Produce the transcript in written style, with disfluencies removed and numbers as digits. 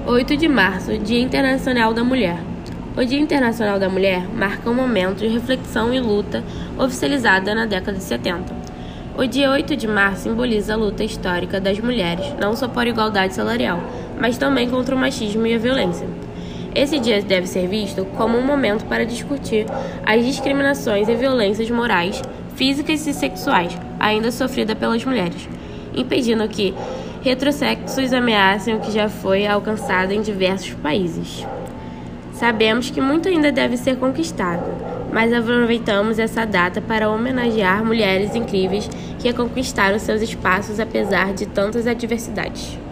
8 de março, Dia Internacional da Mulher. O Dia Internacional da Mulher marca um momento de reflexão e luta oficializada na década de 70. O dia 8 de março simboliza a luta histórica das mulheres, não só por igualdade salarial, mas também contra o machismo e a violência. Esse dia deve ser visto como um momento para discutir as discriminações e violências morais, físicas e sexuais ainda sofridas pelas mulheres, impedindo que retrocessos ameacem o que já foi alcançado em diversos países. Sabemos que muito ainda deve ser conquistado, mas aproveitamos essa data para homenagear mulheres incríveis que conquistaram seus espaços apesar de tantas adversidades.